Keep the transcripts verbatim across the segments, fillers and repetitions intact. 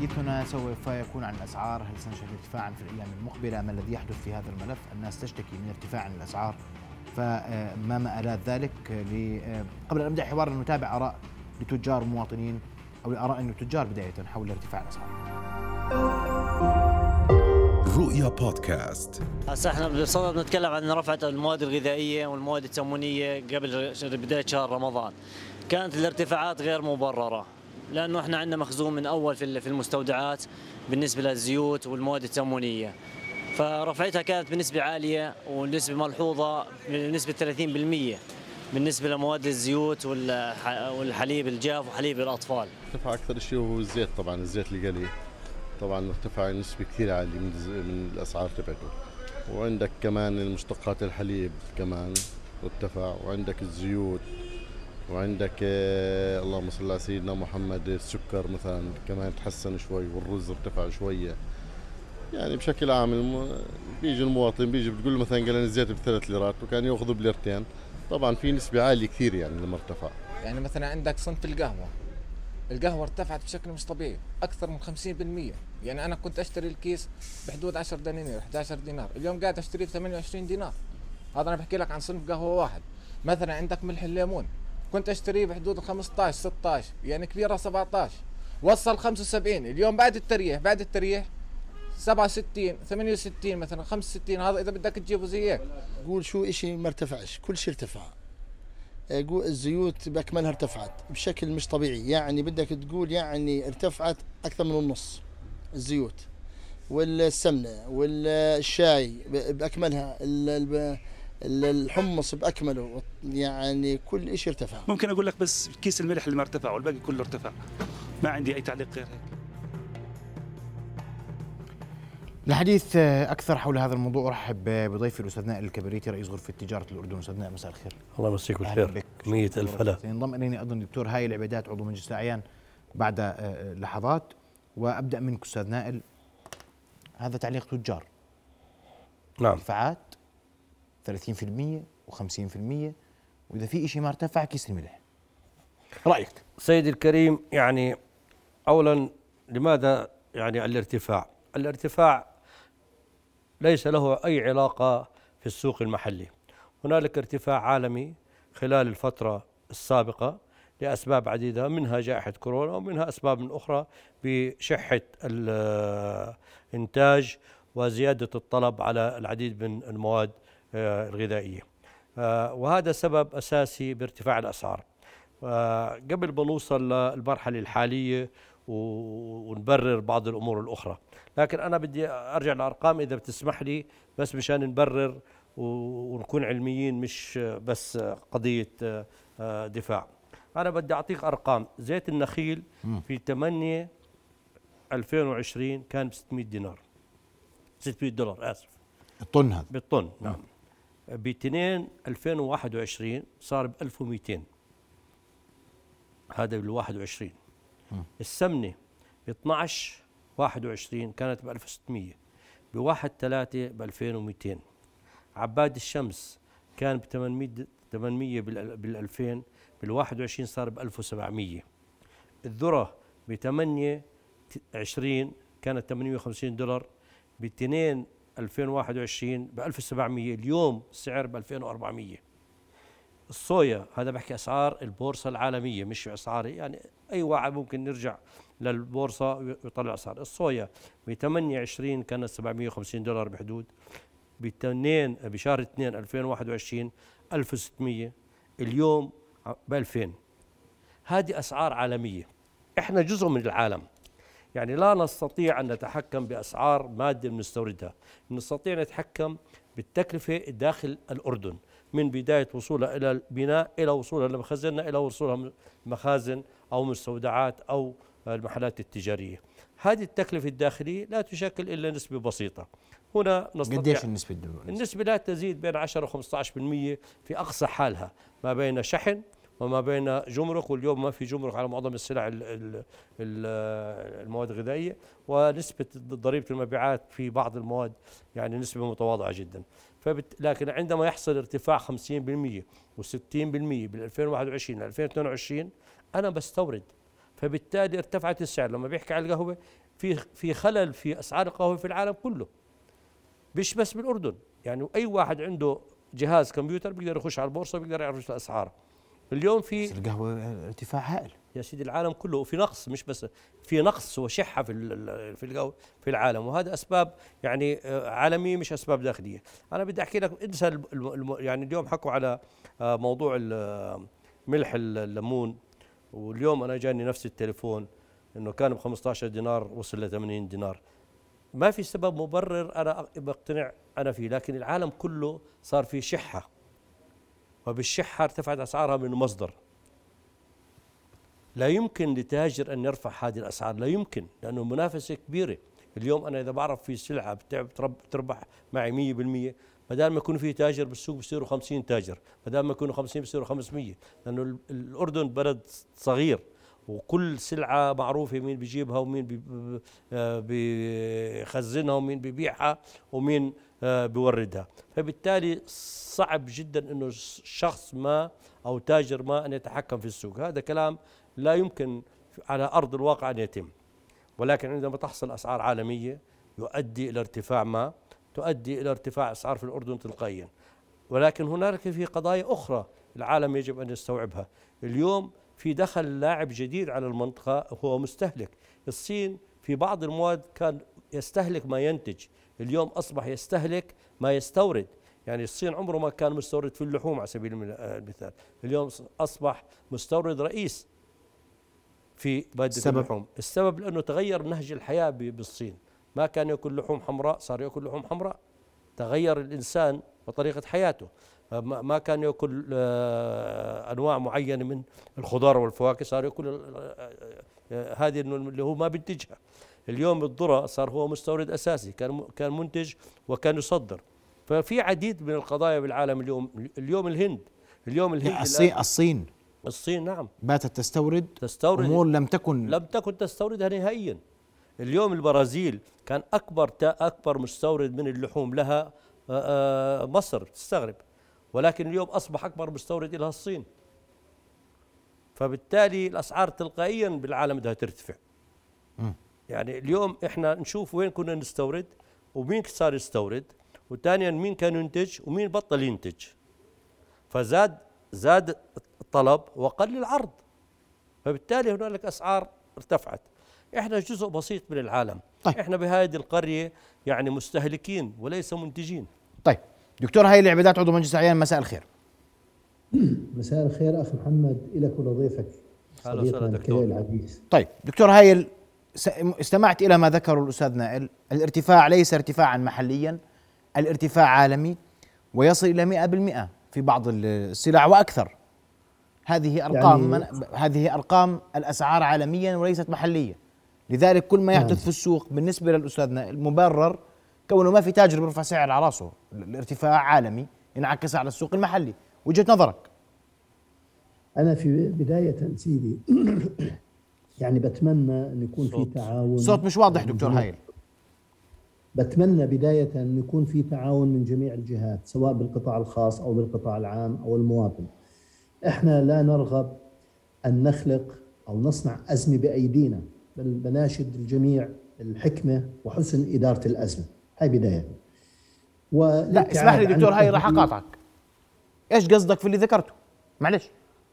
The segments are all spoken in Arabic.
حديثنا سوف يكون عن الأسعار. هل سنشهد ارتفاعا في الأيام المقبلة؟ ما الذي يحدث في هذا الملف؟ الناس تشتكي من ارتفاع الأسعار، فما مآلات ذلك؟ قبل أن نبدأ حوارنا نتابع آراء لتجار مواطنين أو آراء التجار بداية حول ارتفاع الأسعار. رؤيا بودكاست. هسه احنا بصدد نتكلم عن رفعة المواد الغذائية والمواد التموينية قبل بداية شهر رمضان. كانت الارتفاعات غير مبررة لأنه احنا عندنا مخزون من أول في المستودعات بالنسبة للزيوت والمواد التموينية، فرفعتها كانت بنسبة عالية ونسبة ملحوظة بنسبة ثلاثين بالمئة بالنسبة لمواد الزيوت والحليب الجاف وحليب الأطفال. ارتفع أكثر شيء هو الزيت، طبعا الزيت اللي قلي طبعا ارتفع نسبة كثير عالية من, من الأسعار تبعته. وعندك كمان المشتقات الحليب كمان ارتفع، وعندك الزيوت، وعندك آه اللهم صل على سيدنا محمد السكر مثلا كمان تحسن شوي، والرز ارتفع شوية. يعني بشكل عام بيجي المواطن بيجي بتقول له مثلا قلن الزيت بثلاث ليرات وكان ياخذه بليرتين، طبعا في نسبة عالية كثير يعني لما ارتفع. يعني مثلا عندك صنف القهوة، القهوة ارتفعت بشكل مش طبيعي أكثر من خمسين بالمئة. يعني أنا كنت أشتري الكيس بحدود عشرة دنانير إحدى عشر دينار، اليوم قاعد أشتريه ب ثمانية وعشرين دينار. هذا أنا بحكي لك عن صنف قهوة واحد. مثلا عندك ملح الليمون كنت أشتريه بحدود خمسة عشر ستة عشر، يعني كبيرة سبعة عشر، وصل خمسة وسبعين. اليوم بعد التريح بعد التريح سبعة وستين ثمانية وستين مثلا خمسة وستين. هذا إذا بدك تجيبه زيك. قول شو إشي ما ارتفعش، كل شيء ارتفع. قول الزيوت بأكملها ارتفعت بشكل مش طبيعي، يعني بدك تقول يعني ارتفعت أكثر من النص. الزيوت والسمنة والشاي بأكملها، الحمص بأكمله، يعني كل إشي ارتفع. ممكن أقول لك بس كيس الملح اللي ما ارتفع والباقي كله ارتفع. ما عندي أي تعليق غير هيك. الحديث أكثر حول هذا الموضوع أرحب بضيفي الأستاذ نائل الكبريتي رئيس غرفة تجارة الأردن. أستاذ نائل مساء الخير. الله يمسيك بالخير. مية ألف هلا. ينضم إلينا أيضا الدكتور هاي العبيدات عضو مجلس الأعيان بعد لحظات. وأبدأ منك أستاذ نائل، هذا تعليق تجار. نعم. ارتفاعات ثلاثين بالمئة وخمسين بالمئة، وإذا في إشي ما ارتفع كيس الملح. رأيك سيدي الكريم؟ يعني أولا لماذا يعني الارتفاع؟ الارتفاع ليس له أي علاقة في السوق المحلي. هنالك ارتفاع عالمي خلال الفترة السابقة لأسباب عديدة، منها جائحة كورونا ومنها أسباب أخرى بشحة الإنتاج وزيادة الطلب على العديد من المواد الغذائية، وهذا سبب أساسي بارتفاع الأسعار. قبل ما نوصل للمرحلة الحالية ونبرر بعض الأمور الأخرى، لكن أنا بدي أرجع لأرقام إذا بتسمح لي، بس مشان نبرر ونكون علميين مش بس قضية دفاع. أنا بدي أعطيك أرقام. زيت النخيل في ثمانية ألفين وعشرين كان ب ستمئة دينار، ستمئة دولار آسف، الطن هذا بالطن. نعم. ب اثنين ألفين وواحد وعشرين صار ب ألف ومئتين، هذا بال واحد وعشرين. السمنة ب اثنعش واحد وعشرين كانت ب ألف وستمئة، ب واحد ثلاثة ب ألفين ومئتين. عباد الشمس كان ب ثمانمئة بال ألفين، بال واحد وعشرين صار ب ألف وسبعمئة. الذرة ب ثمانية عشرين كانت ثمانمئة وخمسين دولار، ب اثنين ألفين وواحد وعشرين ب ألف وسبعمئة، اليوم السعر ب ألفين وأربعمئة. الصويا، هذا بحكي أسعار البورصة العالمية مش أسعاري، يعني أي واحد ممكن نرجع للبورصة ويطلع أسعار. الصويا ب ثمانية وعشرين كانت سبعمئة وخمسين دولار بحدود، باثنين بشهر اثنين ألفين وواحد وعشرين ألف وستمئة، اليوم ب ألفين. هذه أسعار عالمية، إحنا جزء من العالم، يعني لا نستطيع أن نتحكم بأسعار مادة بنستوردها، نستطيع نتحكم بالتكلفة داخل الأردن من بداية وصولها إلى البناء إلى وصولها لمخازننا إلى وصولها مخازن أو مستودعات أو المحلات التجارية. هذه التكلفة الداخلية لا تشكل إلا نسبة بسيطة. هنا نستطيع. قديش النسبة دلوقتي؟ النسبة لا تزيد بين عشرة وخمسة عشر بالمئة في أقصى حالها، ما بين شحن وما بين جمرك، واليوم ما في جمرك على معظم السلع المواد الغذائية، ونسبة ضريبة المبيعات في بعض المواد يعني نسبة متواضعة جدا. فبت... لكن عندما يحصل ارتفاع خمسين بالمئة وستين بالمئة بال ألفين وواحد وعشرين ل ألفين واثنين وعشرين أنا بستورد، فبالتالي ارتفعت السعر. لما بيحكي على القهوة في في خلل في أسعار القهوة في العالم كله، مش بس بالأردن. يعني أي واحد عنده جهاز كمبيوتر بيقدر يخش على البورصة بيقدر يعرف الأسعار. اليوم في القهوة ارتفاع هائل يا سيدي العالم كله، وفي نقص، مش بس في نقص وشحة في في القهوة في العالم، وهذا أسباب يعني عالمية مش أسباب داخلية. أنا بدي أحكي لك انسى يعني اليوم حكوا على موضوع ملح الليمون، واليوم أنا جاني نفس التليفون إنه كان ب خمسة عشر دينار وصل ل ثمانين دينار. ما في سبب مبرر أنا بقتنع أنا فيه، لكن العالم كله صار في شحة، وبالشحة ارتفعت أسعارها من مصدر. لا يمكن لتاجر أن يرفع هذه الأسعار، لا يمكن، لأنه منافسة كبيرة. اليوم أنا إذا بعرف في سلعة بتربح معي مية بالمية، بدل ما يكون في تاجر بالسوق بصيروا خمسين تاجر، بدل ما يكونوا خمسين بصيروا خمسمية، لأنه الأردن بلد صغير وكل سلعة معروفة مين بيجيبها ومين بيخزنها ومين بيبيعها ومين بيوردها. فبالتالي صعب جدا إنه شخص ما أو تاجر ما أن يتحكم في السوق. هذا كلام لا يمكن على أرض الواقع أن يتم. ولكن عندما تحصل أسعار عالمية يؤدي إلى ارتفاع ما تؤدي إلى ارتفاع أسعار في الأردن تلقائيا. ولكن هناك في قضايا أخرى العالم يجب أن يستوعبها. اليوم في دخل لاعب جديد على المنطقة هو مستهلك. الصين في بعض المواد كان يستهلك ما ينتج، اليوم أصبح يستهلك ما يستورد. يعني الصين عمره ما كان مستورد في اللحوم على سبيل المثال، اليوم أصبح مستورد رئيس في مادة اللحوم. السبب لأنه تغير نهج الحياة بالصين، ما كان يأكل لحوم حمراء صار يأكل لحوم حمراء. تغير الإنسان وطريقة حياته، ما كان يأكل أنواع معينة من الخضار والفواكه صار يأكل هذه اللي هو ما بينتجها. اليوم الذرة صار هو مستورد أساسي، كان كان منتج وكان يصدر. ففي عديد من القضايا بالعالم اليوم. اليوم الهند اليوم الهند الصين الصين الصين نعم باتت تستورد تستورد أمور لم تكن لم تكن تستوردها نهائيا. اليوم البرازيل كان أكبر أكبر مستورد من اللحوم لها مصر، تستغرب، ولكن اليوم أصبح أكبر مستورد لها الصين. فبالتالي الأسعار تلقائيا بالعالم بدها ترتفع. م. يعني اليوم إحنا نشوف وين كنا نستورد ومين صار يستورد، وثانيا مين كان ينتج ومين بطل ينتج. فزاد زاد الطلب وقل العرض، فبالتالي هنالك أسعار ارتفعت. إحنا جزء بسيط من العالم. طيب. إحنا بهذه القرية يعني مستهلكين وليس منتجين. طيب دكتور هايل العبيدات عضو مجلس الأعيان، مساء الخير. مساء الخير أخي محمد، إلك ولضيفك صديقنا الكريم العزيز. طيب دكتور هايل، استمعت إلى ما ذكره الأستاذ نائل، الارتفاع ليس ارتفاعا محليا، الارتفاع عالمي ويصل إلى مئة بالمئة في بعض السلع وأكثر. هذه أرقام يعني من هذه أرقام الأسعار عالميا وليست محليا. لذلك كل ما يحدث يعني في السوق بالنسبة للأستاذ نائل مبرر، كونه ما في تاجر بيرفع سعر على راسه. الارتفاع عالمي ينعكس على السوق المحلي. وجهة نظرك؟ أنا في بداية سيدي يعني بتمنى أن يكون في تعاون. صوت مش واضح دكتور هايل. بتمنى بداية أن يكون في تعاون من جميع الجهات، سواء بالقطاع الخاص أو بالقطاع العام أو المواطن. إحنا لا نرغب أن نخلق أو نصنع أزمة بأيدينا، بل بناشد الجميع الحكمة وحسن إدارة الأزمة. هاي بداية. لا اسمح لي دكتور هاي راح أقاطعك. إيش قصدك في اللي ذكرته؟ معلش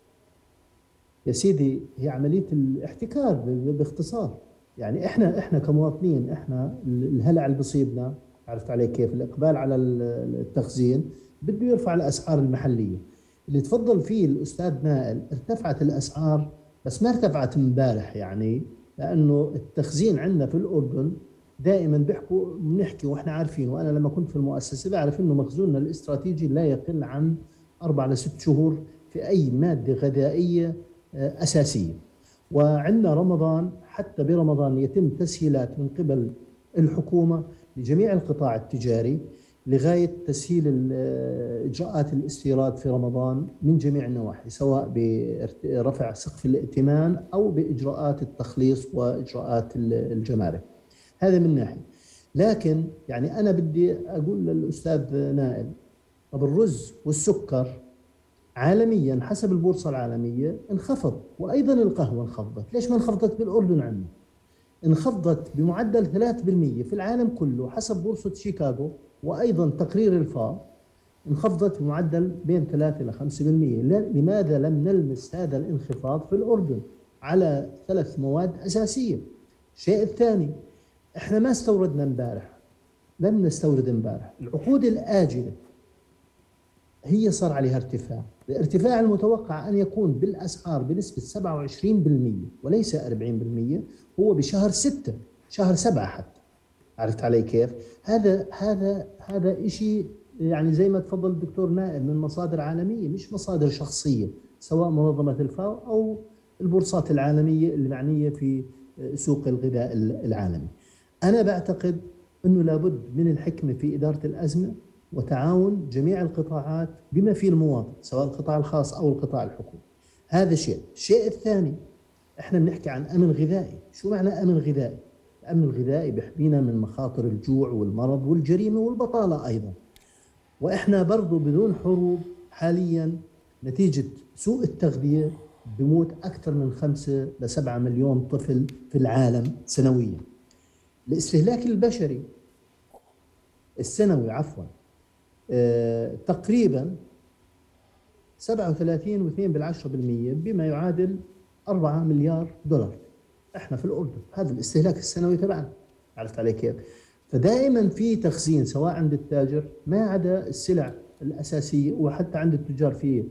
يا سيدي، هي عملية الاحتكار باختصار. يعني احنا احنا كمواطنين، احنا الهلع اللي بصيبنا، عرفت علي كيف؟ الإقبال على التخزين بده يرفع الأسعار المحلية. اللي تفضل فيه الأستاذ نائل، ارتفعت الأسعار بس ما ارتفعت امبارح، يعني لأنه التخزين عندنا في الأردن دائما بيحكوا بنحكي واحنا عارفين، وأنا لما كنت في المؤسسة بعرف إنه مخزوننا الاستراتيجي لا يقل عن أربع لست شهور في أي مادة غذائية أساسية. وعندنا رمضان، حتى برمضان يتم تسهيلات من قبل الحكومة لجميع القطاع التجاري لغاية تسهيل إجراءات الاستيراد في رمضان من جميع النواحي، سواء برفع سقف الائتمان أو بإجراءات التخليص وإجراءات الجمارك. هذا من ناحية. لكن يعني أنا بدي أقول للأستاذ نائل، طب الرز والسكر عالميا حسب البورصة العالمية انخفض، وأيضا القهوة انخفضت. ليش ما انخفضت بالأردن عندنا؟ انخفضت بمعدل ثلاثة بالمئة في العالم كله حسب بورصة شيكاغو، وأيضا تقرير الفاو انخفضت بمعدل بين ثلاثة إلى خمسة بالمئة. لماذا لم نلمس هذا الانخفاض في الأردن على ثلاث مواد أساسية؟ الشيء الثاني، احنا ما استوردنا امبارح، لم نستورد امبارح. العقود الآجلة هي صار عليها ارتفاع، الارتفاع المتوقع أن يكون بالأسعار بنسبة سبعة وعشرين بالمئة وليس أربعين بالمئة هو بشهر ستة، شهر سبعة حتى. عرفت علي كيف؟ هذا هذا هذا شيء يعني زي ما تفضل الدكتور نائل من مصادر عالمية مش مصادر شخصية، سواء منظمة الفاو أو البورصات العالمية المعنية في سوق الغذاء العالمي. أنا بعتقد أنه لابد من الحكمة في إدارة الأزمة وتعاون جميع القطاعات بما فيه المواطن، سواء القطاع الخاص أو القطاع الحكومي. هذا شيء. الشيء الثاني، احنا بنحكي عن أمن غذائي. شو معنى أمن غذائي؟ الأمن الغذائي بيحمينا من مخاطر الجوع والمرض والجريمة والبطالة أيضا. وإحنا برضو بدون حروب حاليا نتيجة سوء التغذية بموت أكثر من خمسة لسبعة مليون طفل في العالم سنويا. الاستهلاك البشري السنوي عفوا آه تقريبا سبعة وثلاثين واثنين بالعشرة بالمئة بما يعادل أربعة مليار دولار. احنا في الأردن هذا الاستهلاك السنوي تبعنا. عرفت علي كيف؟ فدائما في تخزين سواء عند التاجر ما عدا السلع الأساسية، وحتى عند التجار في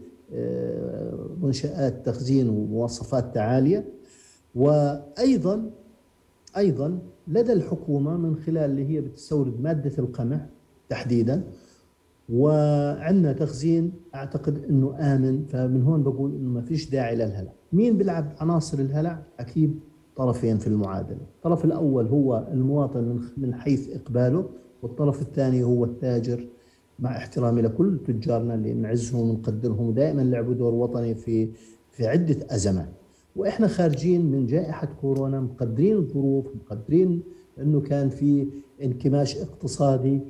منشآت تخزين ومواصفات عالية. وأيضا أيضا لدى الحكومة من خلال اللي هي بتستورد مادة القمح تحديدا، وعندنا تخزين أعتقد أنه آمن. فمن هون بقول أنه ما فيش داعي للهلع. مين بيلعب عناصر الهلع؟ أكيد طرفين في المعادلة. الطرف الأول هو المواطن من حيث إقباله، والطرف الثاني هو التاجر، مع احترامي لكل تجارنا اللي نعزهم ونقدرهم ودائما لعبوا دور وطني في في عدة أزمات. وإحنا خارجين من جائحة كورونا مقدرين الظروف، مقدرين أنه كان في انكماش اقتصادي،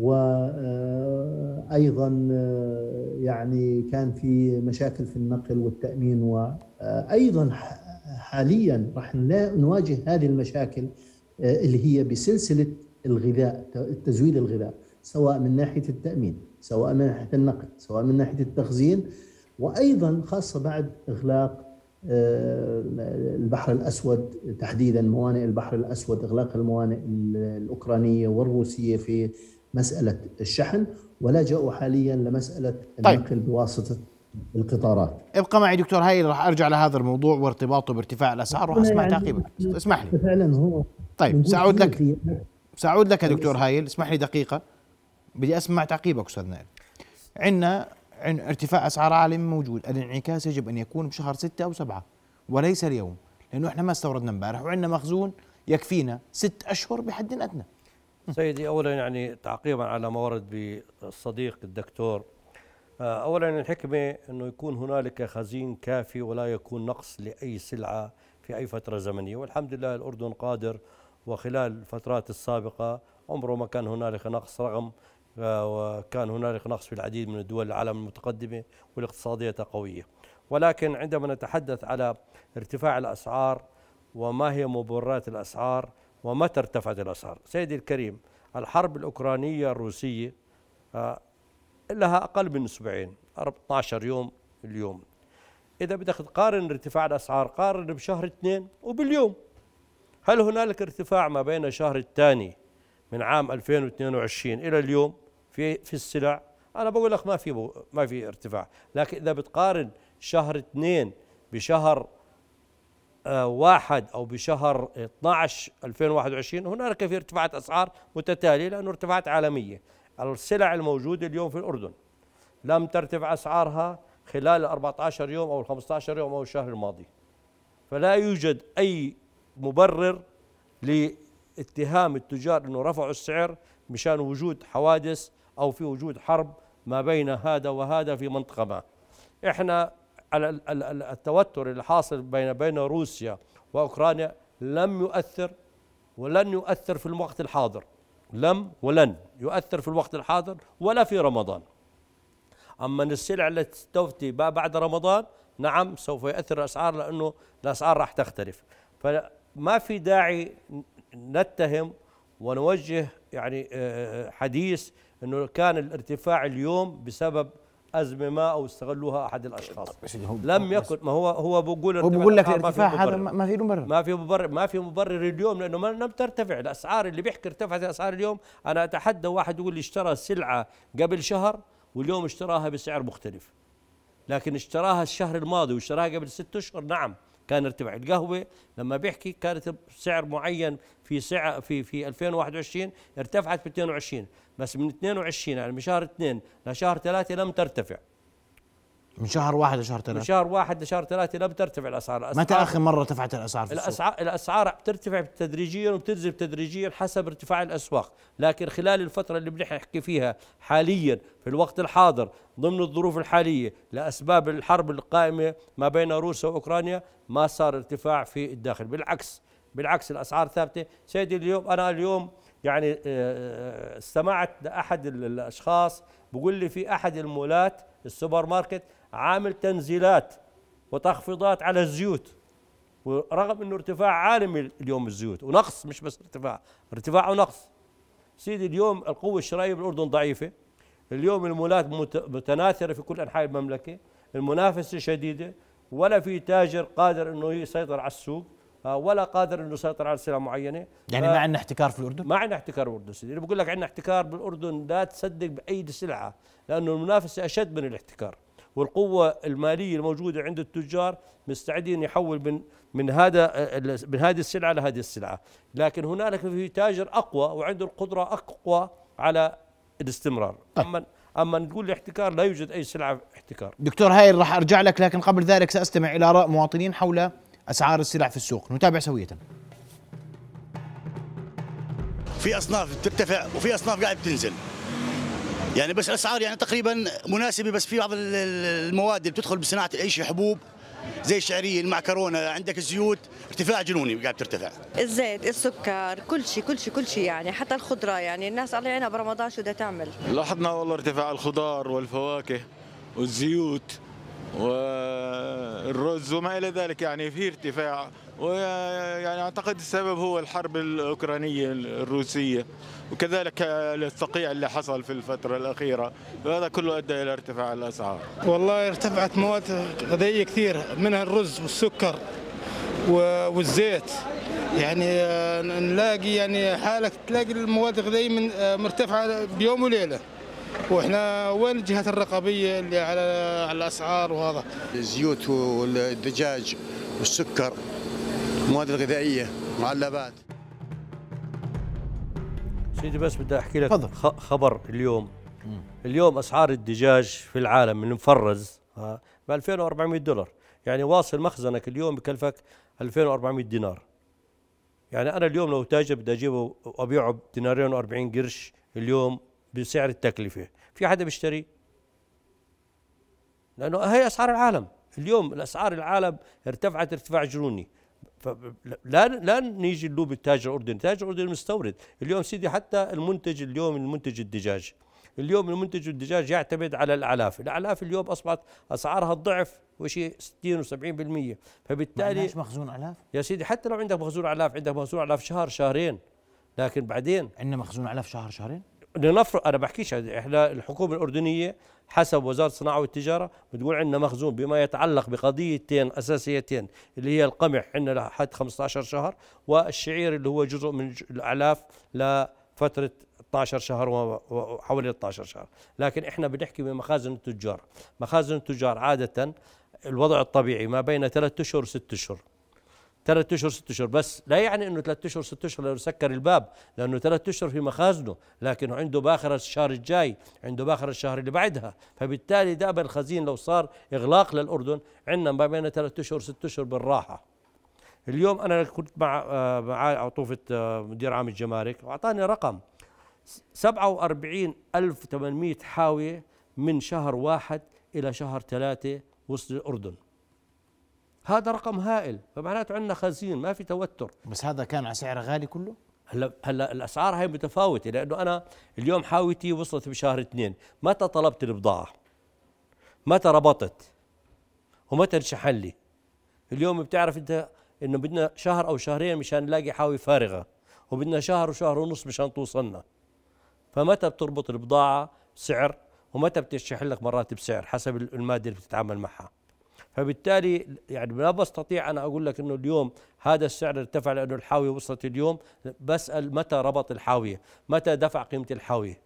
وأيضا يعني كان في مشاكل في النقل والتأمين، وأيضا حاليا راح نواجه هذه المشاكل اللي هي بسلسلة الغذاء، التزويد الغذاء، سواء من ناحية التأمين، سواء من ناحية النقل، سواء من ناحية التخزين، وأيضا خاصة بعد إغلاق البحر الأسود تحديدا، موانئ البحر الأسود، إغلاق الموانئ الأوكرانية والروسية في مسألة الشحن، ولجأوا حاليا لمسألة النقل طيب. بواسطة القطارات. ابقى معي دكتور هايل، راح ارجع لهذا الموضوع وارتباطه بارتفاع الاسعار، راح اسمع يعني تعقيبك. اسمح لي فعلا هو طيب سأعود لك سأعود لك يا دكتور هايل، اسمح لي دقيقة بدي اسمع تعقيبك استاذ نائل. عندنا ارتفاع اسعار عالمي موجود، الانعكاس يجب ان يكون بشهر ستة او سبعة وليس اليوم، لانه احنا ما استوردنا امبارح وعندنا مخزون يكفينا ست اشهر بحد ادنى. سيدي اولا يعني تعقيبا على ما ورد بالصديق الدكتور، اولا الحكمه انه يكون هنالك خزين كافي ولا يكون نقص لاي سلعه في اي فتره زمنيه، والحمد لله الاردن قادر، وخلال الفترات السابقه عمره ما كان هنالك نقص، رغم وكان هنالك نقص في العديد من الدول العالم المتقدمه والاقتصاديه قويه. ولكن عندما نتحدث على ارتفاع الاسعار وما هي مبررات الاسعار ومتى ارتفعت الاسعار، سيدي الكريم الحرب الاوكرانيه الروسيه لها أقل من أسبوعين، اثني عشر يوم اليوم. إذا بدك تقارن ارتفاع الأسعار قارن بشهر اثنين وباليوم. هل هنالك ارتفاع ما بين شهر الثاني من عام ألفين واثنين وعشرين إلى اليوم في في السلع؟ أنا بقول لك ما في ما في ارتفاع، لكن إذا بتقارن شهر اثنين بشهر آه واحد أو بشهر اثني عشر ألفين وواحد وعشرين هنالك في ارتفاعات أسعار متتالية، لأنه ارتفاعات عالمية. السلع الموجودة اليوم في الأردن لم ترتفع أسعارها خلال الأربعة عشر يوم أو الخمسة عشر يوم أو الشهر الماضي، فلا يوجد أي مبرر لاتهام التجار أنه رفعوا السعر مشان وجود حوادث أو في وجود حرب ما بين هذا وهذا في منطقة ما. إحنا على التوتر اللي حاصل بين بين روسيا وأوكرانيا لم يؤثر ولن يؤثر في الوقت الحاضر، لم ولن يؤثر في الوقت الحاضر ولا في رمضان. أما السلع التي تستوفي بعد رمضان نعم سوف يأثر الأسعار، لأنه الأسعار راح تختلف. فما في داعي نتهم ونوجه يعني حديث أنه كان الارتفاع اليوم بسبب أزمة ما أو استغلوها أحد الأشخاص. لم يكن، ما هو هو بقول هو بقول لك الارتفاع هذا ما في مبرر، ما في مبرر ما في مبرر اليوم، لأنه ما لم ترتفع الأسعار. اللي بيحكي ارتفعت الأسعار اليوم، أنا أتحدى واحد يقول لي اشترى سلعة قبل شهر واليوم اشتراها بسعر مختلف، لكن اشتراها الشهر الماضي واشتراها قبل ست أشهر نعم كان ارتفاع. القهوة لما بيحكي كانت بسعر معين في سعر في في ألفين وواحد وعشرين ارتفعت ب اثنين وعشرين، بس من اثنين وعشرين يعني من شهر اثنين لشهر ثلاثة لم ترتفع. من شهر واحد لشهر ثلاثة من شهر واحد لشهر ثلاثة لم ترتفع الأسعار. متى آخر مرة ارتفعت الأسعار في الأسعار السوق؟ الأسعار بترتفع تدريجيا وبتنزل تدريجيا حسب ارتفاع الأسواق، لكن خلال الفترة اللي بنحكي فيها حاليا في الوقت الحاضر ضمن الظروف الحالية لأسباب الحرب القائمة ما بين روسيا وأوكرانيا ما صار ارتفاع في الداخل، بالعكس بالعكس الأسعار ثابتة. سيدي اليوم أنا اليوم يعني استمعت لأحد الأشخاص بقول لي في أحد المولات السوبر ماركت عامل تنزيلات وتخفيضات على الزيوت، ورغم انه ارتفاع عالمي اليوم الزيوت ونقص، مش بس ارتفاع ارتفاع ونقص. سيدي اليوم القوة الشرائية بالأردن ضعيفة، اليوم المولات متناثرة في كل أنحاء المملكة، المنافسة شديدة، ولا في تاجر قادر انه يسيطر على السوق ولا قادر انه يسيطر على سلعة معينة. يعني ما عندنا احتكار في الأردن؟ ما عندنا احتكار بالأردن سيدي، بقول لك عندنا احتكار بالأردن لا تصدق بأي سلعة، لأنه المنافسة أشد من الاحتكار، والقوة المالية الموجودة عند التجار مستعدين يحول من من هذا من هذه السلعة لهذه السلعة، لكن هنالك في تاجر أقوى وعنده القدرة أقوى على الاستمرار. أما أما نقول الاحتكار لا يوجد أي سلعة احتكار. دكتور هايل راح أرجع لك، لكن قبل ذلك سأستمع إلى آراء مواطنين حول أسعار السلع في السوق. نتابع سوية. في أصناف بترتفع وفي أصناف قاعد بتنزل، يعني بس الأسعار يعني تقريبا مناسبة، بس في بعض المواد اللي بتدخل بصناعة العيش، حبوب زي الشعرية المعكرونة، عندك الزيوت ارتفاع جنوني قاعد ترتفع، الزيت السكر كل شيء كل شيء كل شيء، يعني حتى الخضرة، يعني الناس الله يعينها برمضان شو بدها تعمل. لاحظنا والله ارتفاع الخضار والفواكه والزيوت والرز وما إلى ذلك، يعني في ارتفاع، ويعني أعتقد السبب هو الحرب الأوكرانية الروسية، وكذلك الصقيع اللي حصل في الفترة الأخيرة، وهذا كله أدى إلى ارتفاع الأسعار. والله ارتفعت مواد غذائية كثير، منها الرز والسكر والزيت، يعني نلاقي يعني حالك تلاقي المواد الغذائية من مرتفعة بيوم وليلة، واحنا وين الجهات الرقابيه اللي على على الاسعار؟ وهذا الزيوت والدجاج والسكر، المواد الغذائيه، معلبات. سيدي بس بدي احكي لك خبر اليوم. مم. اليوم اسعار الدجاج في العالم المفرز ب ألفين وأربعمئة دولار، يعني واصل مخزنك اليوم بكلفك ألفين وأربعمئة دينار. يعني انا اليوم لو تاجر بدي اجيبه وابيعه بدينارين وأربعين قرش اليوم بسعر التكلفة، في حدا بيشتري؟ لأنه هي أسعار العالم اليوم، الأسعار العالم ارتفعت ارتفاع جنوني. فلا لا نيجي نلوم التاجر الأردني، التاجر الأردني مستورد اليوم سيدي. حتى المنتج اليوم المنتج الدجاج اليوم المنتج الدجاج يعتمد على الأعلاف، الأعلاف اليوم أصبحت أسعارها الضعف وشيء ستين وسبعين بالمية، فبالتالي ما مخزون أعلاف يا سيدي. حتى لو عندك مخزون أعلاف، عندك مخزون أعلاف شهر شهرين، لكن بعدين عندنا مخزون أعلاف شهر شهرين. لنفرض انا بحكيش، احنا الحكومه الاردنيه حسب وزاره الصناعه والتجاره بتقول عندنا مخزون بما يتعلق بقضيتين اساسيتين، اللي هي القمح عندنا لحد خمسة عشر شهر، والشعير اللي هو جزء من الاعلاف لفتره اثني عشر شهر وحوالي اثني عشر شهر. لكن احنا بنحكي بمخازن التجار. مخازن التجار عاده الوضع الطبيعي ما بين ثلاثة اشهر وست اشهر، ثلاث اشهر ست اشهر، بس لا يعني انه ثلاث اشهر ست اشهر لو سكر الباب، لانه ثلاث اشهر في مخازنه، لكنه عنده باخر الشهر الجاي، عنده باخر الشهر اللي بعدها، فبالتالي دائما الخزين لو صار اغلاق للاردن عندنا ما بين ثلاث اشهر ست اشهر بالراحه. اليوم انا كنت مع معي عطوفه مدير عام الجمارك واعطاني رقم سبعة وأربعين ألف وثمانمئة حاويه من شهر واحد الى شهر ثلاثة وصل الاردن. هذا رقم هائل، فمعناته عندنا خزين ما في توتر. بس هذا كان على سعر غالي كله؟ هلا هلا الاسعار هي متفاوته، لانه انا اليوم حاويتي وصلت بشهر اثنين، متى طلبت البضاعه؟ متى ربطت ومتى انشحن لي. اليوم بتعرف انت انه بدنا شهر او شهرين مشان نلاقي حاوي فارغه، وبدنا شهر وشهر ونص مشان توصلنا. فمتى بتربط البضاعه بسعر ومتى بتشحن لك مرات بسعر حسب الماده اللي بتتعامل معها. فبالتالي يعني لا بستطيع انا اقول لك انه اليوم هذا السعر ارتفع لانه الحاويه وصلت اليوم. بسال متى ربط الحاويه، متى دفع قيمه الحاويه.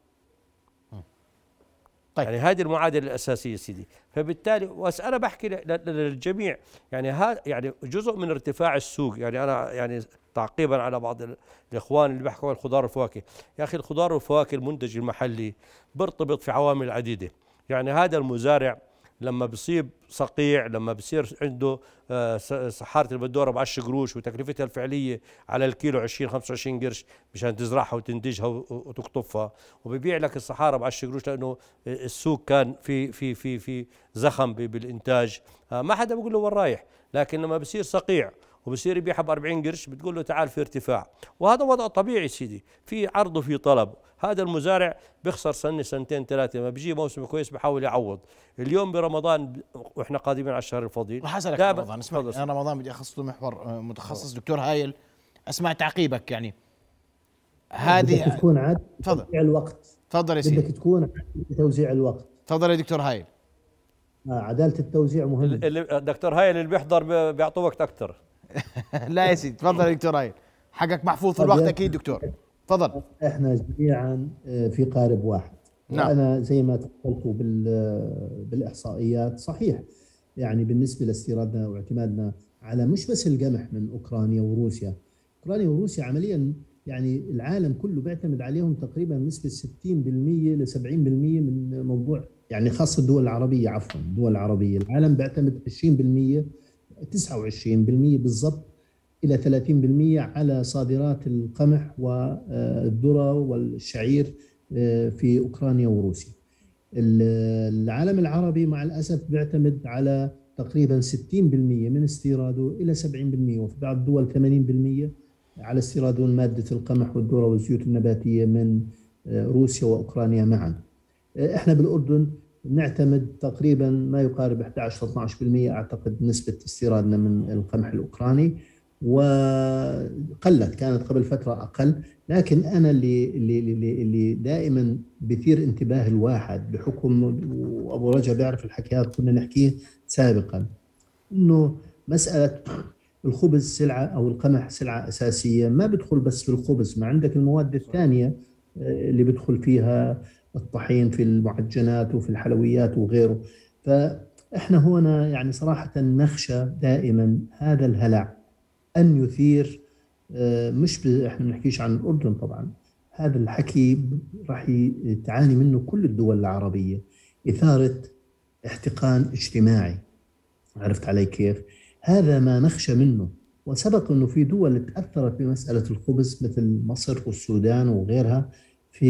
طيب. يعني هذه المعادله الاساسيه سيدي. فبالتالي وانا بحكي للجميع يعني هذا يعني جزء من ارتفاع السوق. يعني انا يعني تعقيبا على بعض الاخوان اللي بيحكوا عن الخضار والفواكه، يا اخي الخضار والفواكه المنتج المحلي بيرتبط في عوامل عديده. يعني هذا المزارع لما بصيب صقيع، لما بصير عنده صحارة البدورة بعشر قروش وتكلفتها الفعلية على الكيلو عشرين خمسة وعشرين قرش مشان تزرعها وتنتجها وتقطفها، وبيبيع لك الصحارة بعشر قروش لأنه السوق كان في في في في زخم بالإنتاج، ما حدا بيقول له وين رايح. لكن لما بصير صقيع وبصير يبيعها ب أربعين قرش بتقول له تعال في ارتفاع، وهذا وضع طبيعي سيدي، في عرض وفي طلب. هذا المزارع بيخسر سنه سنتين ثلاثه، ما بيجي موسم كويس بحاول يعوض. اليوم برمضان واحنا قادمين على الشهر الفضيل راح اسالك عن رمضان. اسمع انا رمضان بدي اخص له محور متخصص. دكتور هايل اسمع تعقيبك. يعني هذه بدك تكون عاد توزيع الوقت. تفضل يا سيدي. بدك تكون توزيع الوقت. تفضل يا دكتور هايل. آه عداله التوزيع مهمه. الدكتور هايل اللي بيحضر بيعطوه وقت اكثر. لا يا سيدي تفضل يا دكتور هايل، حقك محفوظ في الوقت اكيد دكتور. تفضل. احنا جميعا في قارب واحد. نعم. وانا زي ما تفضلتوا بالاحصائيات صحيح. يعني بالنسبه لاستيرادنا واعتمادنا على مش بس القمح من اوكرانيا وروسيا، اوكرانيا وروسيا عمليا يعني العالم كله بيعتمد عليهم تقريبا نسبه ستين بالمئة ل سبعين بالمئة من موضوع، يعني خاصه الدول العربيه عفوا الدول العربيه العالم بيعتمد عشرين بالمئة تسعة وعشرين بالمئة بالضبط إلى ثلاثين بالمئة على صادرات القمح والذرة والشعير في أوكرانيا وروسيا. العالم العربي مع الأسف بيعتمد على تقريبا ستين بالمئة من استيراده إلى سبعين بالمئة، وفي بعض الدول ثمانين بالمئة على استيراده من مادة القمح والذرة والزيوت النباتية من روسيا وأوكرانيا معا. إحنا بالأردن نعتمد تقريبا ما يقارب إحدى عشر اثني عشر بالمئة أعتقد نسبة استيرادنا من القمح الأوكراني، وقلت كانت قبل فترة أقل. لكن أنا اللي اللي اللي, اللي دائما بثير انتباه الواحد بحكم، وأبو رجب بيعرف الحكي هذا كنا نحكيه سابقا، إنه مسألة الخبز سلعة أو القمح سلعة أساسية، ما بدخل بس في الخبز، ما عندك المواد الثانية اللي بدخل فيها الطحين في المعجنات وفي الحلويات وغيره. فإحنا هنا يعني صراحة نخشى دائما هذا الهلع أن يثير، مش احنا بنحكيش عن الأردن طبعا، هذا الحكي راح تعاني منه كل الدول العربية، إثارة احتقان اجتماعي. عرفت علي كيف؟ هذا ما نخشى منه. وسبق أنه في دول تأثرت بمسألة الخبز مثل مصر والسودان وغيرها في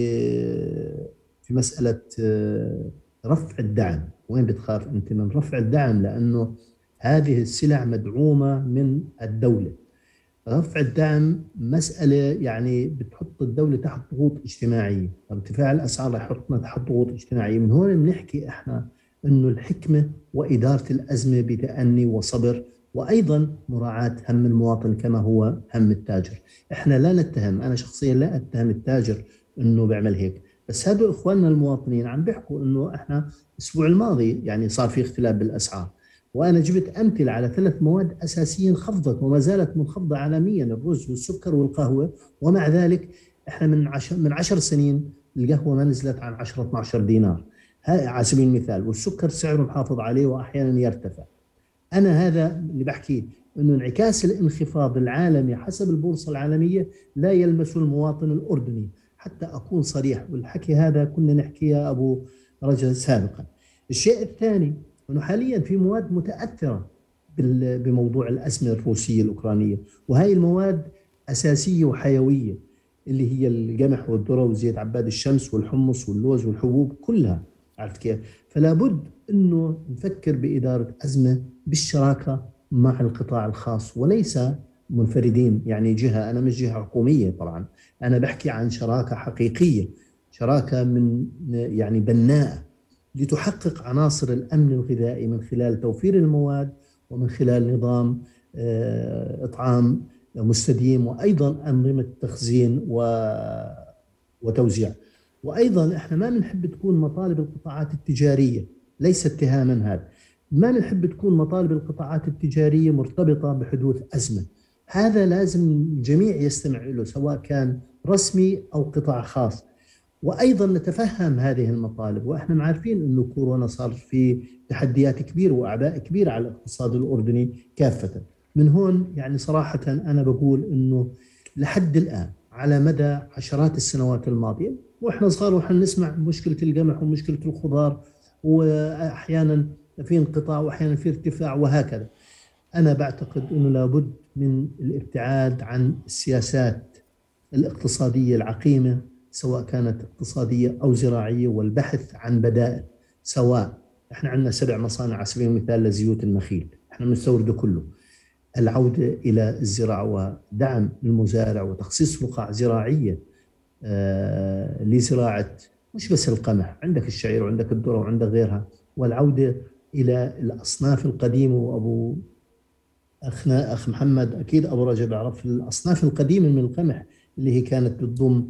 في مسألة رفع الدعم. وين بتخاف أنت من رفع الدعم؟ لأنه هذه السلع مدعومة من الدولة. رفع الدعم مسألة يعني بتحط الدولة تحت ضغوط اجتماعية، ارتفاع الأسعار رح يحطنا تحت ضغوط اجتماعية. من هون بنحكي احنا انه الحكمة وإدارة الأزمة بتأني وصبر، وأيضا مراعاة هم المواطن كما هو هم التاجر. احنا لا نتهم، أنا شخصيا لا أتهم التاجر انه بيعمل هيك، بس هدول اخواننا المواطنين عم بيحكوا انه احنا الاسبوع الماضي يعني صار في اختلاف بالأسعار، وأنا جبت أمثلة على ثلاث مواد أساسية انخفضت وما زالت منخفضة عالميا، الرز والسكر والقهوة، ومع ذلك إحنا من عشر من عشر سنين القهوة ما نزلت عن عشرة اثني عشر دينار هاي على سبيل المثال، والسكر سعره محافظ عليه وأحيانا يرتفع. أنا هذا اللي بحكيه، إنه انعكاس الانخفاض العالمي حسب البورصة العالمية لا يلمس المواطن الأردني، حتى أكون صريح، والحكي هذا كنا نحكيه أبو رجل سابقا. الشيء الثاني أنه حاليا في مواد متأثرة بموضوع الأزمة الروسية الأوكرانية، وهي المواد أساسية وحيوية اللي هي القمح والذرة وزيت عباد الشمس والحمص واللوز والحبوب كلها. عرفت كيف؟ فلا بد أنه نفكر بإدارة أزمة بالشراكة مع القطاع الخاص وليس منفردين، يعني جهة، أنا مش جهة حكومية طبعا، أنا بحكي عن شراكة حقيقية، شراكة من يعني بناءة لتحقق عناصر الأمن الغذائي من خلال توفير المواد ومن خلال نظام إطعام مستديم وأيضا أنظمة تخزين وتوزيع. وأيضا إحنا ما بنحب تكون مطالب القطاعات التجارية، ليس اتهاما هذا، ما بنحب تكون مطالب القطاعات التجارية مرتبطة بحدوث أزمة. هذا لازم الجميع يستمع له سواء كان رسمي أو قطاع خاص. وأيضا نتفهم هذه المطالب، وإحنا عارفين أنه كورونا صار في تحديات كبيرة وأعباء كبيرة على الاقتصاد الأردني كافة. من هون يعني صراحة أنا بقول أنه لحد الآن على مدى عشرات السنوات الماضية وإحنا صغار وإحنا نسمع مشكلة القمح ومشكلة الخضار، وأحيانا في انقطاع وأحيانا في ارتفاع وهكذا. أنا بعتقد أنه لابد من الابتعاد عن السياسات الاقتصادية العقيمة سواء كانت اقتصادية أو زراعية، والبحث عن بدائل. سواء احنا عندنا سبع مصانع على سبيل المثال لزيوت النخيل، احنا بنستورده كله. العودة إلى الزراعة ودعم المزارع وتخصيص رقعة زراعية آه لزراعة مش بس القمح، عندك الشعير وعندك الذرة وعندك غيرها، والعودة إلى الأصناف القديمة. وأبو أخنا أخ محمد أكيد أبو رجب يعرف الأصناف القديمة من القمح اللي هي كانت بتضم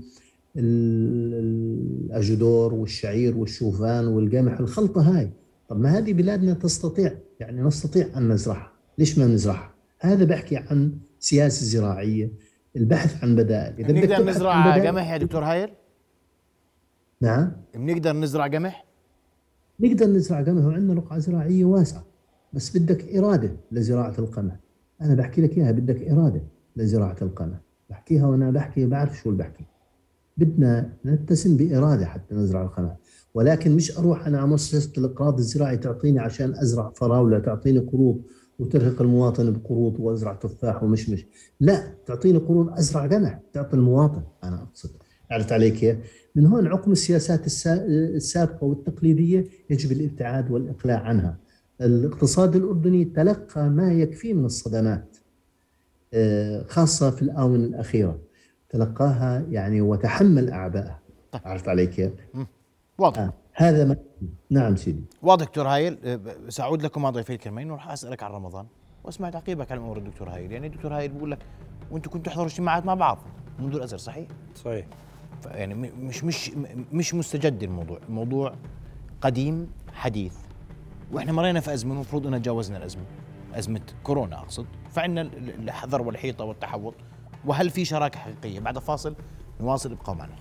الأجدور والشعير والشوفان والقمح، الخلطة هاي. طب ما هذه بلادنا تستطيع، يعني نستطيع أن نزرعها، ليش ما نزرعها؟ هذا بحكي عن سياسة زراعية، البحث عن بدائل. إذا بنقدر نزرع قمح يا دكتور هايل؟ نعم بنقدر نزرع قمح؟ نقدر نزرع قمح وعندنا رقعة زراعية واسعة، بس بدك إرادة لزراعة القمح. أنا بحكي لك إياها، بدك إرادة لزراعة القمح، بحكيها وأنا بحكي بعرف شو البحكي. بدنا نتسم بإرادة حتى نزرع القمح، ولكن مش أروح أنا على مؤسسة الإقراض الزراعي تعطيني عشان أزرع فراولة، تعطيني قروض وترهق المواطن بقروض وأزرع تفاح ومشمش. لا، تعطيني قروض أزرع قمح، تعطي المواطن. أنا أقصد، عرفت عليك كيف؟ من هون عقم السياسات السابقة والتقليدية يجب الابتعاد والإقلاع عنها. الاقتصاد الأردني تلقى ما يكفي من الصدمات خاصة في الآونة الأخيرة، تلقاها يعني وتحمل أعبائها. طيب. عرفت علي كيف؟ واضح. آه. هذا ما... نعم سيدي. واضح دكتور هايل. سأعود لكم مع ضيفي الكريمين وراح أسألك عن رمضان واسمع تعقيبك على أمور الدكتور هايل. يعني الدكتور هايل بيقول لك وأنتم كنتوا تحضروا اجتماعات مع بعض منذ الأزل، صحيح؟ صحيح. يعني مش مش مش مستجد الموضوع، الموضوع قديم حديث، وإحنا مرينا في أزمة المفروض أن تجاوزنا الأزمة، أزمة كورونا أقصد، فعندنا الحذر والحيطة والتحوط. وهل في شراكة حقيقية؟ بعد فاصل نواصل، ابقوا معنا.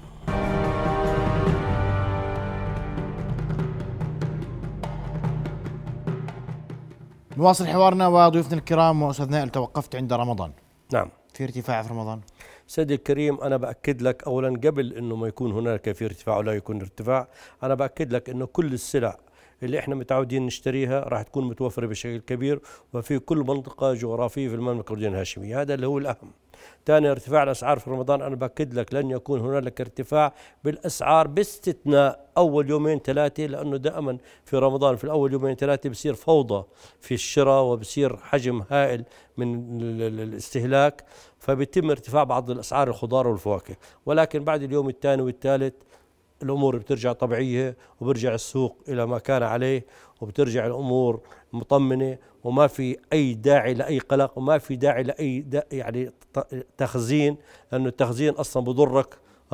نواصل حوارنا وضيوفنا الكرام. وأستاذ نائل، توقفت عند رمضان. نعم. في ارتفاع في رمضان؟ سيدي الكريم، أنا بأكد لك أولا قبل أنه ما يكون هناك في ارتفاع ولا يكون ارتفاع، أنا بأكد لك أنه كل السلع اللي احنا متعودين نشتريها راح تكون متوفرة بشكل كبير وفي كل منطقة جغرافية في المملكة الأردنية الهاشمية، هذا اللي هو الأهم. ثاني، ارتفاع الأسعار في رمضان أنا بأكد لك لن يكون هنالك ارتفاع بالأسعار باستثناء أول يومين ثلاثة، لأنه دائما في رمضان في الأول يومين ثلاثة بصير فوضى في الشراء وبصير حجم هائل من الاستهلاك، فبيتم ارتفاع بعض الأسعار الخضار والفواكه. ولكن بعد اليوم الثاني والثالث الأمور بترجع طبيعية وبرجع السوق إلى ما كان عليه وبترجع الأمور مطمنة وما في أي داعي لأي قلق وما في داعي لأي دا يعني تخزين، لأنه التخزين أصلا بضرك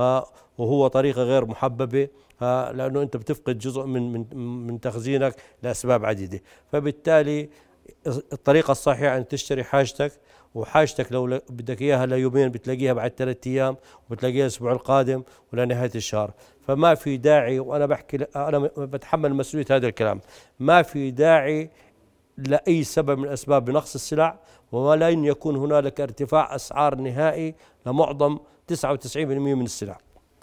وهو طريقة غير محببة، لأنه أنت بتفقد جزء من من من تخزينك لأسباب عديدة. فبالتالي الطريقة الصحيحة أن تشتري حاجتك، وحاجتك لو بدك إياها ليومين بتلاقيها بعد ثلاثة أيام وبتلاقيها الأسبوع القادم ولا نهاية الشهر. فما في داعي، وأنا بحكي أنا بتحمل مسؤولية هذا الكلام، ما في داعي لأي سبب من الأسباب بنقص السلع، ولن يكون هنالك ارتفاع أسعار نهائي لمعظم تسعة وتسعين بالمئة من السلع.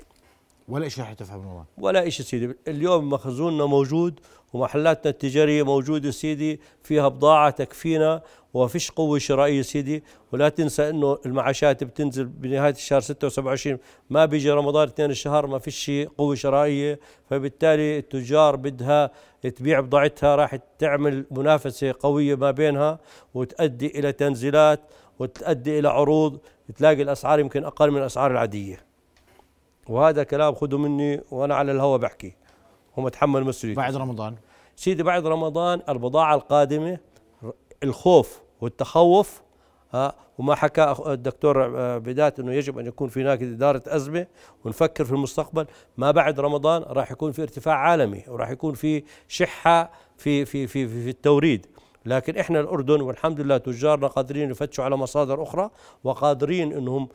ولا شيء راح تفهم والله، ولا شيء سيدي. اليوم مخزوننا موجود ومحلاتنا التجارية موجودة سيدي، فيها بضاعة تكفينا وفيش قوة شرائية سيدي. ولا تنسى انه المعاشات بتنزل بنهاية الشهر ستة وسبعة وعشرين، ما بيجي رمضان اثنين الشهر ما فيش قوة شرائية، فبالتالي التجار بدها تبيع بضاعتها، راح تعمل منافسة قوية ما بينها وتؤدي الى تنزيلات وتؤدي الى عروض، تلاقي الاسعار يمكن اقل من الاسعار العادية. وهذا كلام خذوا مني وانا على الهواء بحكي. هو متحمل مسؤوليته. بعد رمضان سيدي بعد رمضان البضاعة القادمة الخوف والتخوف، ها وما حكى الدكتور بداية انه يجب ان يكون في هناك اداره ازمه ونفكر في المستقبل. ما بعد رمضان راح يكون في ارتفاع عالمي وراح يكون في شحه في في في في التوريد، لكن احنا الاردن والحمد لله تجارنا قادرين يفتشوا على مصادر اخرى وقادرين انهم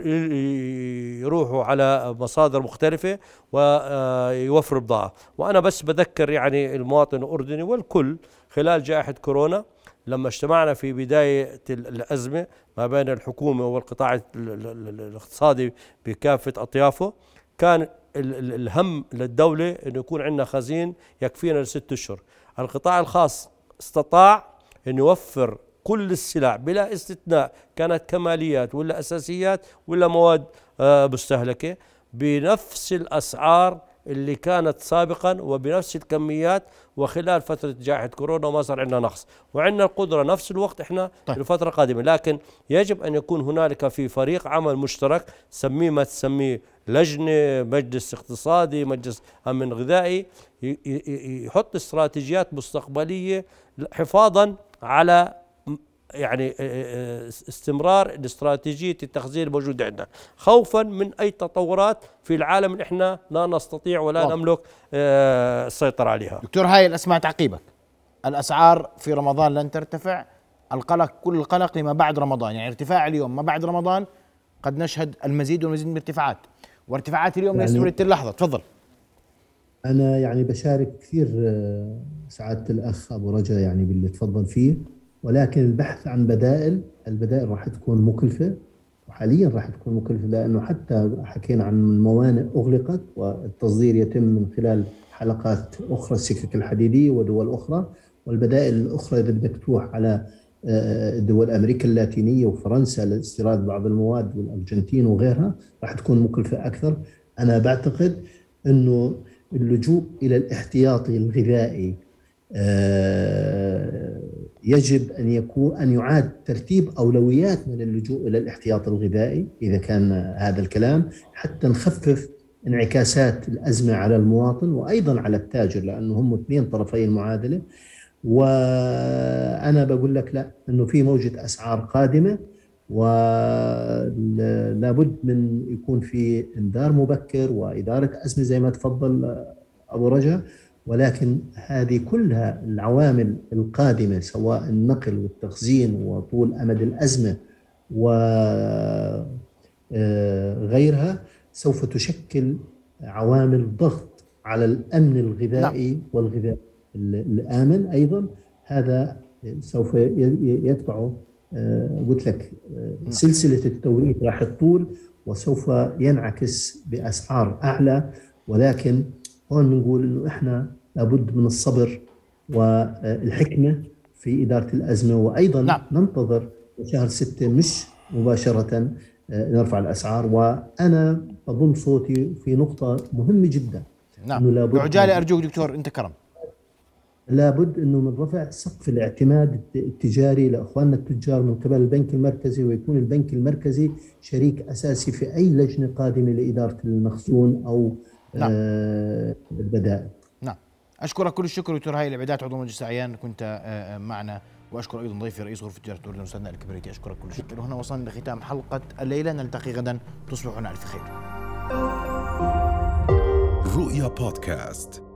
يروحوا على مصادر مختلفه ويوفروا بضاعه. وانا بس بذكر يعني المواطن الاردني والكل خلال جائحه كورونا لما اجتمعنا في بداية الأزمة ما بين الحكومة والقطاع الاقتصادي بكافة أطيافه، كان الهم للدولة أنه يكون عندنا خزين يكفينا لست أشهر. القطاع الخاص استطاع أن يوفر كل السلع بلا استثناء، كانت كماليات ولا أساسيات ولا مواد مستهلكة، بنفس الأسعار اللي كانت سابقا وبنفس الكميات، وخلال فترة جائحة كورونا وما صار عندنا نقص، وعندنا القدرة نفس الوقت احنا طيب. الفترة القادمة. لكن يجب أن يكون هنالك في فريق عمل مشترك، سميه ما تسميه لجنة، مجلس اقتصادي، مجلس أمن غذائي، يحط استراتيجيات مستقبلية حفاظا على يعني استمرار استراتيجية التخزين الموجودة عندنا، خوفا من أي تطورات في العالم اللي احنا لا نستطيع ولا طبعا. نملك السيطرة عليها. دكتور هايل أسمع تعقيبك، الأسعار في رمضان لن ترتفع، القلق كل القلق لما بعد رمضان، يعني ارتفاع اليوم ما بعد رمضان قد نشهد المزيد والمزيد من الارتفاعات، وارتفاعات اليوم ليست يعني اللحظة. تفضل. أنا يعني بشارك كثير سعادة الأخ أبو رجا يعني باللي تفضل فيه، ولكن البحث عن بدائل، البدائل راح تكون مكلفة، وحاليا راح تكون مكلفة، لأنه حتى حكينا عن موانئ أغلقت والتصدير يتم من خلال حلقات أخرى، السكك الحديدية ودول أخرى، والبدائل الأخرى إذا بدك تروح على دول أمريكا اللاتينية وفرنسا لاستيراد بعض المواد والأرجنتين وغيرها راح تكون مكلفة أكثر. أنا بعتقد أنه اللجوء إلى الاحتياطي الغذائي يجب أن يكون أن يعاد ترتيب أولويات من اللجوء إلى الاحتياط الغذائي إذا كان هذا الكلام، حتى نخفف انعكاسات الأزمة على المواطن وأيضا على التاجر، لأنه هم اثنين طرفي المعادلة. وأنا بقول لك لا، أنه في موجة أسعار قادمة، ولا بد من يكون في إنذار مبكر وإدارة أزمة زي ما تفضل أبو رجا. ولكن هذه كلها العوامل القادمة سواء النقل والتخزين وطول أمد الأزمة وغيرها سوف تشكل عوامل ضغط على الأمن الغذائي لا. والغذاء الآمن أيضا، هذا سوف يتبعه قلت لك سلسلة التوريد راح تطول وسوف ينعكس بأسعار أعلى. ولكن هون بنقول إنه إحنا لابد من الصبر والحكمة في إدارة الأزمة، وأيضا نعم. ننتظر شهر ستة مش مباشرة نرفع الأسعار. وأنا أضم صوتي في نقطة مهمة جدا. نعم بعجالة أرجوك دكتور أنت كرم، لابد أنه من رفع سقف الاعتماد التجاري لأخواننا التجار من قبل البنك المركزي، ويكون البنك المركزي شريك أساسي في أي لجنة قادمة لإدارة المخزون أو نعم. آه البدائل. نعم أشكرك كل الشكر دكتور هايل العبيدات عضو مجلس الأعيان، كنت آه معنا، وأشكر أيضا ضيفي رئيس غرفة تجارة الأردن أستاذنا الكبريتي. أشكرك كل الشكر. وهنا وصلنا لختام حلقة الليلة، نلتقي غدا، تصبحون على ألف خير. رؤيا بودكاست.